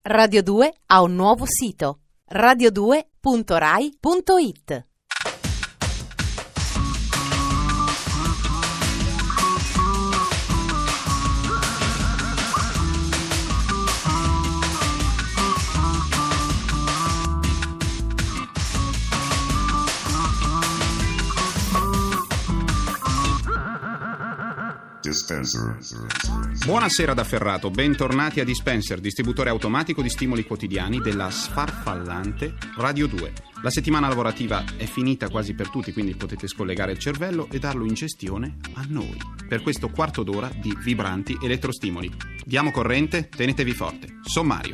Radio 2 ha un nuovo sito: radio2.rai.it. Buonasera da Ferrato, bentornati a Dispenser, distributore automatico di stimoli quotidiani della sfarfallante Radio 2. La settimana lavorativa è finita quasi per tutti, quindi potete scollegare il cervello e darlo in gestione a noi per questo quarto d'ora di vibranti elettrostimoli. Diamo corrente, tenetevi forte. Sommario.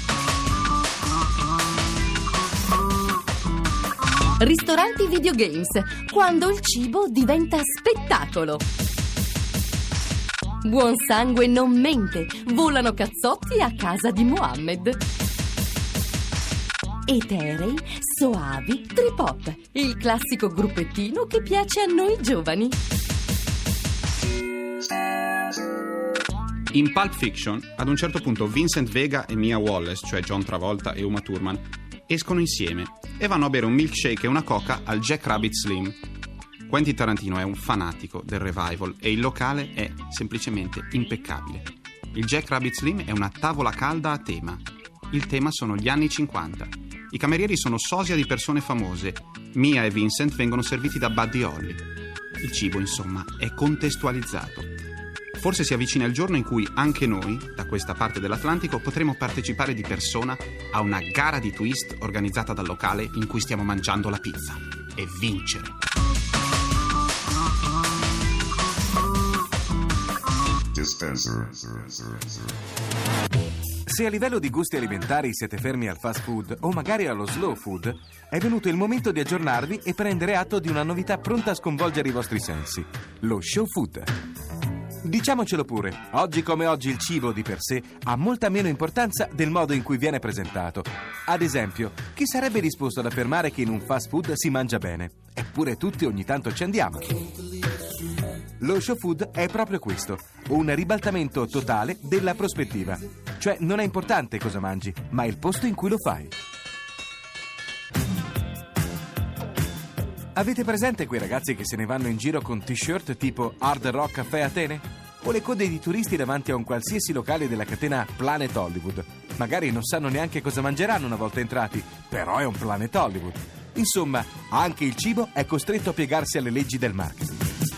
Ristoranti videogames, quando il cibo diventa spettacolo. Buon sangue non mente, volano cazzotti a casa di Mohammed. Eterei, soavi, trip-hop, il classico gruppettino che piace a noi giovani. In Pulp Fiction, ad un certo punto Vincent Vega e Mia Wallace, cioè John Travolta e Uma Thurman, escono insieme e vanno a bere un milkshake e una coca al Jack Rabbit Slim. Quentin Tarantino è un fanatico del revival e il locale è semplicemente impeccabile. Il Jack Rabbit Slim è una tavola calda a tema. Il tema sono gli anni 50. I camerieri sono sosia di persone famose. Mia e Vincent vengono serviti da Buddy Holly. Il cibo, insomma, è contestualizzato. Forse si avvicina il giorno in cui anche noi, da questa parte dell'Atlantico, potremo partecipare di persona a una gara di twist organizzata dal locale in cui stiamo mangiando la pizza e vincere. Se a livello di gusti alimentari siete fermi al fast food o magari allo slow food, è venuto il momento di aggiornarvi e prendere atto di una novità pronta a sconvolgere i vostri sensi: lo show food. Diciamocelo pure, oggi come oggi il cibo di per sé ha molta meno importanza del modo in cui viene presentato. Ad esempio, chi sarebbe disposto ad affermare che in un fast food si mangia bene? Eppure tutti ogni tanto ci andiamo. Lo show food è proprio questo, un ribaltamento totale della prospettiva. Cioè non è importante cosa mangi, ma il posto in cui lo fai. Avete presente quei ragazzi che se ne vanno in giro con t-shirt tipo Hard Rock Café Atene? O le code di turisti davanti a un qualsiasi locale della catena Planet Hollywood? Magari non sanno neanche cosa mangeranno una volta entrati, però è un Planet Hollywood. Insomma, anche il cibo è costretto a piegarsi alle leggi del marketing.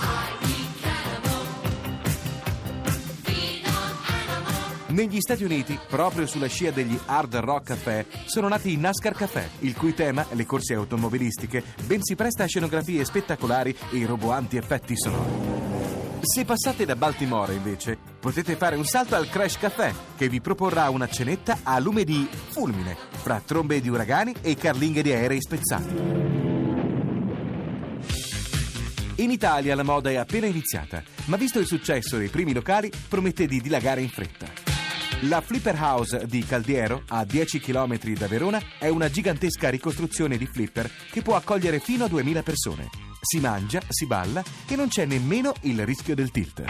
Negli Stati Uniti, proprio sulla scia degli Hard Rock Café, sono nati i NASCAR Café, il cui tema, le corse automobilistiche, ben si presta a scenografie spettacolari e roboanti effetti sonori. Se passate da Baltimora, invece, potete fare un salto al Crash Café, che vi proporrà una cenetta a lume di fulmine, fra trombe di uragani e carlinghe di aerei spezzati. In Italia la moda è appena iniziata, ma visto il successo dei primi locali, promette di dilagare in fretta. La Flipper House di Caldiero, a 10 km da Verona, è una gigantesca ricostruzione di flipper che può accogliere fino a 2000 persone. Si mangia, si balla e non c'è nemmeno il rischio del tilt.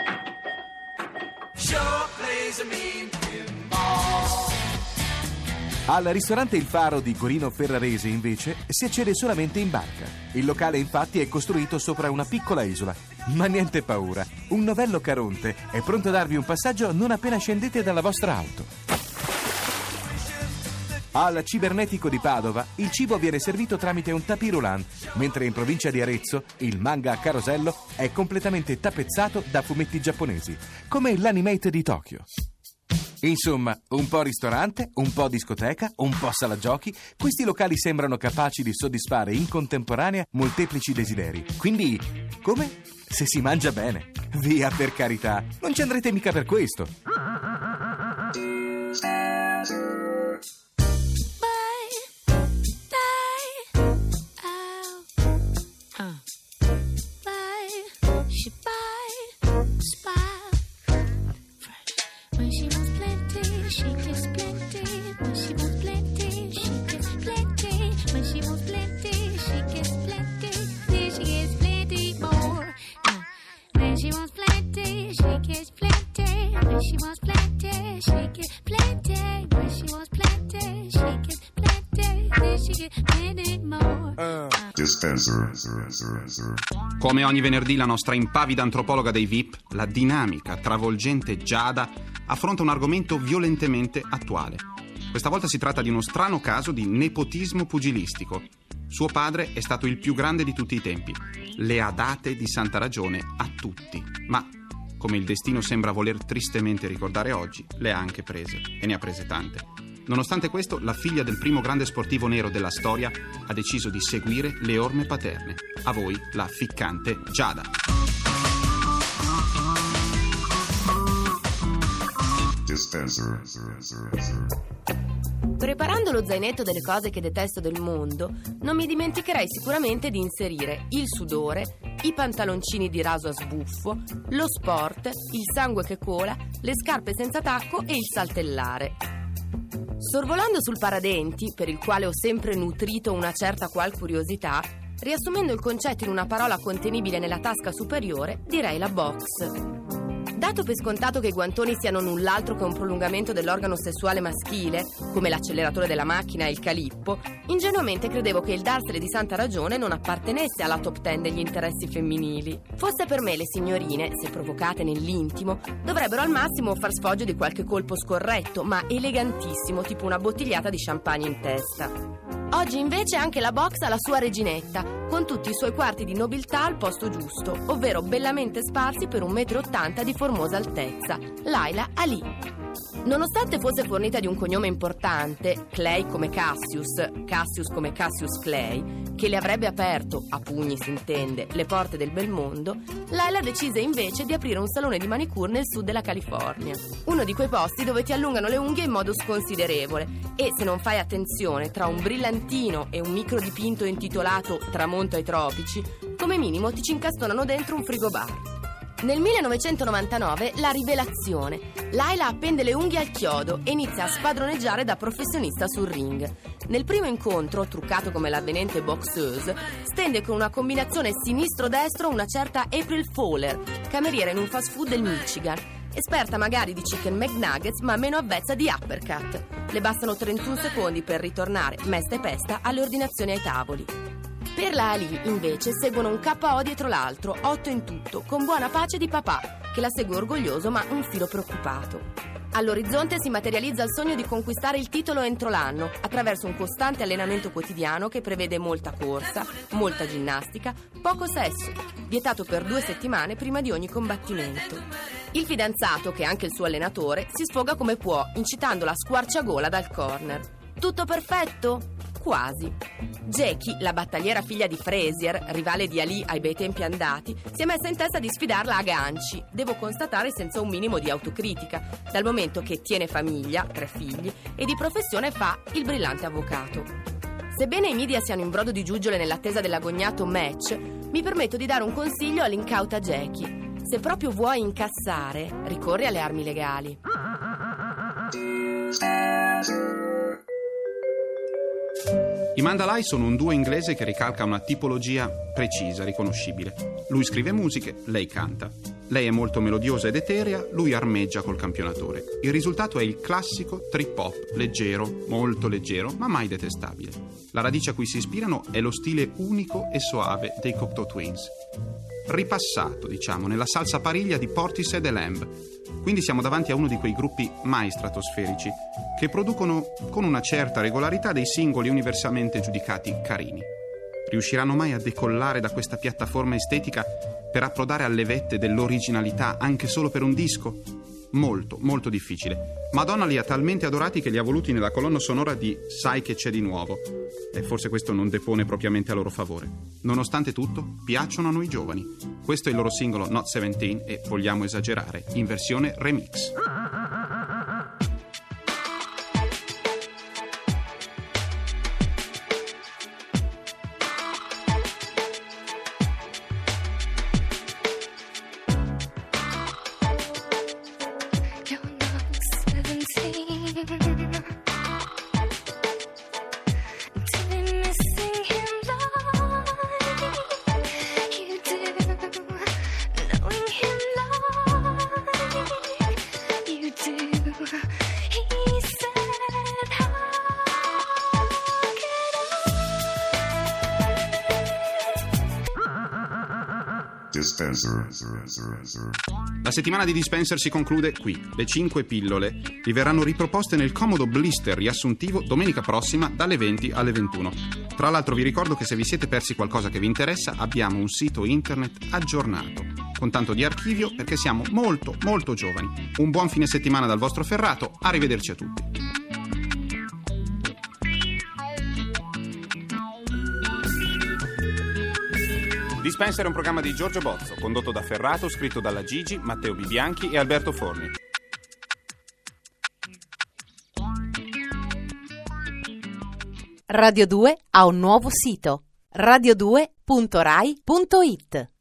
Al ristorante Il Faro di Corino Ferrarese, invece, si accede solamente in barca. Il locale, infatti, è costruito sopra una piccola isola. Ma niente paura, un novello Caronte è pronto a darvi un passaggio non appena scendete dalla vostra auto. Al Cibernetico di Padova il cibo viene servito tramite un tapis roulant, mentre in provincia di Arezzo il manga a carosello è completamente tappezzato da fumetti giapponesi, come l'Animate di Tokyo. Insomma, un po' ristorante, un po' discoteca, un po' sala giochi, questi locali sembrano capaci di soddisfare in contemporanea molteplici desideri. Quindi, come? Se si mangia bene. Via, per carità, non ci andrete mica per questo. She wants plenty, she gets plenty. When she you anymore. Come ogni venerdì la nostra impavida antropologa dei VIP, la dinamica, travolgente Giada, affronta un argomento violentemente attuale. Questa volta si tratta di uno strano caso di nepotismo pugilistico. Suo padre è stato il più grande di tutti i tempi. Le ha date di santa ragione a tutti, ma come il destino sembra voler tristemente ricordare oggi, le ha anche prese, e ne ha prese tante. Nonostante questo, la figlia del primo grande sportivo nero della storia ha deciso di seguire le orme paterne. A voi la ficcante Giada. Preparando lo zainetto delle cose che detesto del mondo, non mi dimenticherei sicuramente di inserire il sudore, i pantaloncini di raso a sbuffo, lo sport, il sangue che cola, le scarpe senza tacco e il saltellare. Sorvolando sul paradenti, per il quale ho sempre nutrito una certa qual curiosità, riassumendo il concetto in una parola contenibile nella tasca superiore, direi la box. Dato per scontato che i guantoni siano null'altro che un prolungamento dell'organo sessuale maschile, come l'acceleratore della macchina e il calippo, ingenuamente credevo che il darsene di santa ragione non appartenesse alla top 10 degli interessi femminili. Fosse per me, le signorine, se provocate nell'intimo, dovrebbero al massimo far sfoggio di qualche colpo scorretto, ma elegantissimo, tipo una bottigliata di champagne in testa. Oggi invece anche la box ha la sua reginetta, con tutti i suoi quarti di nobiltà al posto giusto, ovvero bellamente sparsi per 1,80 m di formosa altezza, Laila Ali. Nonostante fosse fornita di un cognome importante, Clay come Cassius, Cassius come Cassius Clay, che le avrebbe aperto, a pugni si intende, le porte del bel mondo, Laila decise invece di aprire un salone di manicure nel sud della California. Uno di quei posti dove ti allungano le unghie in modo sconsiderevole e, se non fai attenzione, tra un brillantino e un microdipinto intitolato Tramonto ai tropici, come minimo ti ci incastonano dentro un frigobar. Nel 1999 la rivelazione. Laila appende le unghie al chiodo e inizia a spadroneggiare da professionista sul ring. Nel primo incontro, truccato come l'avvenente boxeuse, stende con una combinazione sinistro-destro una certa April Fowler, cameriera in un fast food del Michigan, esperta magari di chicken McNuggets ma meno avvezza di uppercut. Le bastano 31 secondi per ritornare, mesta e pesta, alle ordinazioni ai tavoli. Per la Ali, invece, seguono un KO dietro l'altro, 8 in tutto, con buona pace di papà, che la segue orgoglioso ma un filo preoccupato. All'orizzonte si materializza il sogno di conquistare il titolo entro l'anno, attraverso un costante allenamento quotidiano che prevede molta corsa, molta ginnastica, poco sesso, vietato per 2 settimane prima di ogni combattimento. Il fidanzato, che è anche il suo allenatore, si sfoga come può, incitandola a squarciagola dal corner. Tutto perfetto? Quasi. Jackie, la battagliera figlia di Frazier, rivale di Ali ai bei tempi andati, si è messa in testa di sfidarla a ganci, devo constatare senza un minimo di autocritica, dal momento che tiene famiglia, 3 figli, e di professione fa il brillante avvocato. Sebbene i media siano in brodo di giuggiole nell'attesa dell'agognato match, mi permetto di dare un consiglio all'incauta Jackie. Se proprio vuoi incassare, ricorri alle armi legali. I Mandalay sono un duo inglese che ricalca una tipologia precisa, riconoscibile. Lui scrive musiche, lei canta. Lei è molto melodiosa ed eterea, lui armeggia col campionatore. Il risultato è il classico trip hop, leggero, molto leggero, ma mai detestabile. La radice a cui si ispirano è lo stile unico e soave dei Cocteau Twins. Ripassato, diciamo, nella salsa pariglia di Portishead e Lamb. Quindi siamo davanti a uno di quei gruppi mai stratosferici che producono con una certa regolarità dei singoli universalmente giudicati carini. Riusciranno mai a decollare da questa piattaforma estetica per approdare alle vette dell'originalità anche solo per un disco? Molto, molto difficile. Madonna li ha talmente adorati che li ha voluti nella colonna sonora di Sai che c'è di nuovo. E forse questo non depone propriamente a loro favore. Nonostante tutto, piacciono a noi giovani. Questo è il loro singolo Not 17 e, vogliamo esagerare, in versione remix. Dispenser. La settimana di Dispenser si conclude qui. Le 5 pillole vi verranno riproposte nel comodo blister riassuntivo domenica prossima dalle 20 alle 21. Tra l'altro vi ricordo che se vi siete persi qualcosa che vi interessa abbiamo un sito internet aggiornato con tanto di archivio perché siamo molto molto giovani. Un buon fine settimana dal vostro Ferrato, arrivederci a tutti. Dispenser è un programma di Giorgio Bozzo, condotto da Ferrato, scritto dalla Gigi, Matteo Bibianchi e Alberto Forni. Radio 2 ha un nuovo sito: radio2.rai.it.